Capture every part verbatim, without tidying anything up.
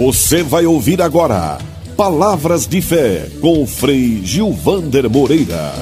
Você vai ouvir agora Palavras de Fé com o Frei Gilvander Moreira.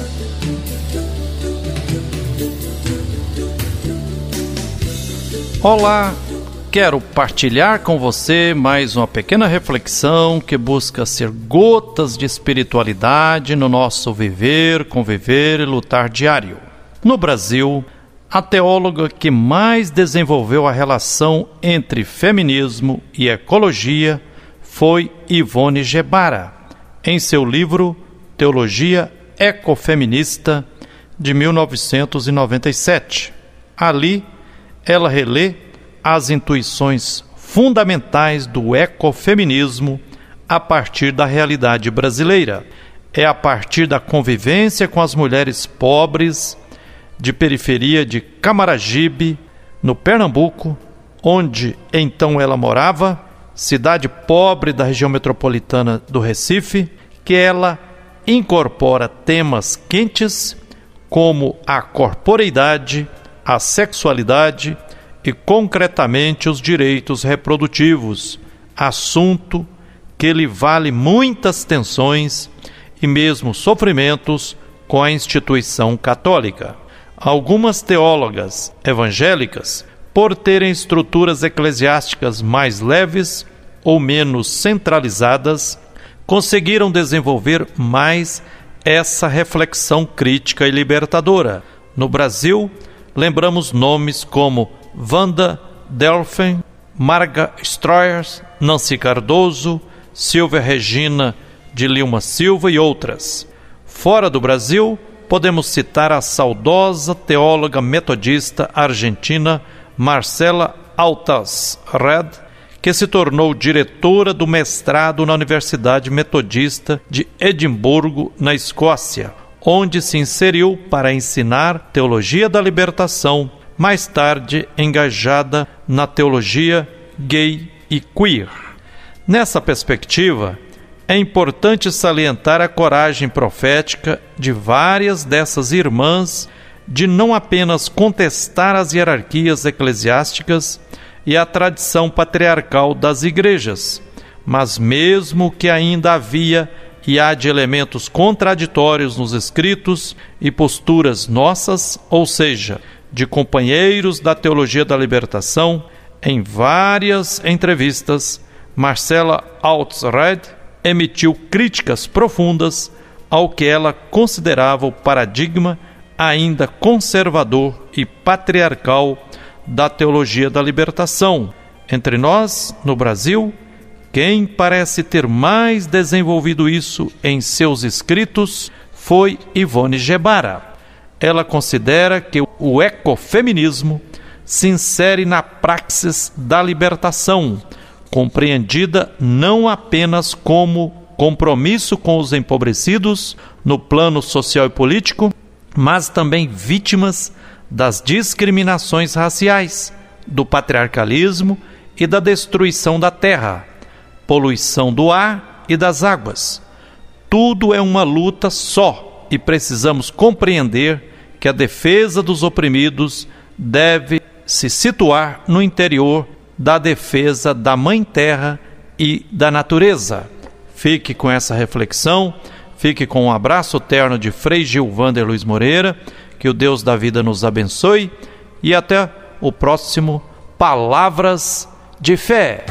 Olá, quero partilhar com você mais uma pequena reflexão que busca ser gotas de espiritualidade no nosso viver, conviver e lutar diário. No Brasil, a teóloga que mais desenvolveu a relação entre feminismo e ecologia foi Ivone Gebara, em seu livro Teologia Ecofeminista, de mil novecentos e noventa e sete. Ali, ela relê as intuições fundamentais do ecofeminismo a partir da realidade brasileira. É a partir da convivência com as mulheres pobres de periferia de Camaragibe, no Pernambuco, onde então ela morava, cidade pobre da região metropolitana do Recife, que ela incorpora temas quentes como a corporeidade, a sexualidade e, concretamente, os direitos reprodutivos, assunto que lhe vale muitas tensões e mesmo sofrimentos com a instituição católica. Algumas teólogas evangélicas, por terem estruturas eclesiásticas mais leves ou menos centralizadas, conseguiram desenvolver mais essa reflexão crítica e libertadora. No Brasil, lembramos nomes como Wanda Delfen, Marga Stroyers, Nancy Cardoso, Silvia Regina de Lima Silva e outras. Fora do Brasil, podemos citar a saudosa teóloga metodista argentina Marcela Altas Red, que se tornou diretora do mestrado na Universidade Metodista de Edimburgo, na Escócia, onde se inseriu para ensinar teologia da libertação, mais tarde engajada na teologia gay e queer. Nessa perspectiva, é importante salientar a coragem profética de várias dessas irmãs de não apenas contestar as hierarquias eclesiásticas e a tradição patriarcal das igrejas, mas mesmo que ainda havia e há de elementos contraditórios nos escritos e posturas nossas, ou seja, de companheiros da teologia da libertação, em várias entrevistas, Marcela Altsred emitiu críticas profundas ao que ela considerava o paradigma ainda conservador e patriarcal da teologia da libertação. Entre nós, no Brasil, quem parece ter mais desenvolvido isso em seus escritos foi Ivone Gebara. Ela considera que o ecofeminismo se insere na praxis da libertação, compreendida não apenas como compromisso com os empobrecidos no plano social e político, mas também vítimas das discriminações raciais, do patriarcalismo e da destruição da terra, poluição do ar e das águas. Tudo é uma luta só e precisamos compreender que a defesa dos oprimidos deve se situar no interior da defesa da Mãe Terra e da natureza. Fique com essa reflexão, fique com um abraço terno de Frei Gilvander Luiz Moreira, que o Deus da vida nos abençoe e até o próximo Palavras de Fé.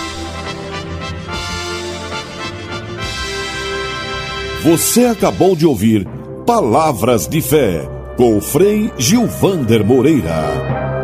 Você acabou de ouvir Palavras de Fé com o Frei Gilvander Moreira.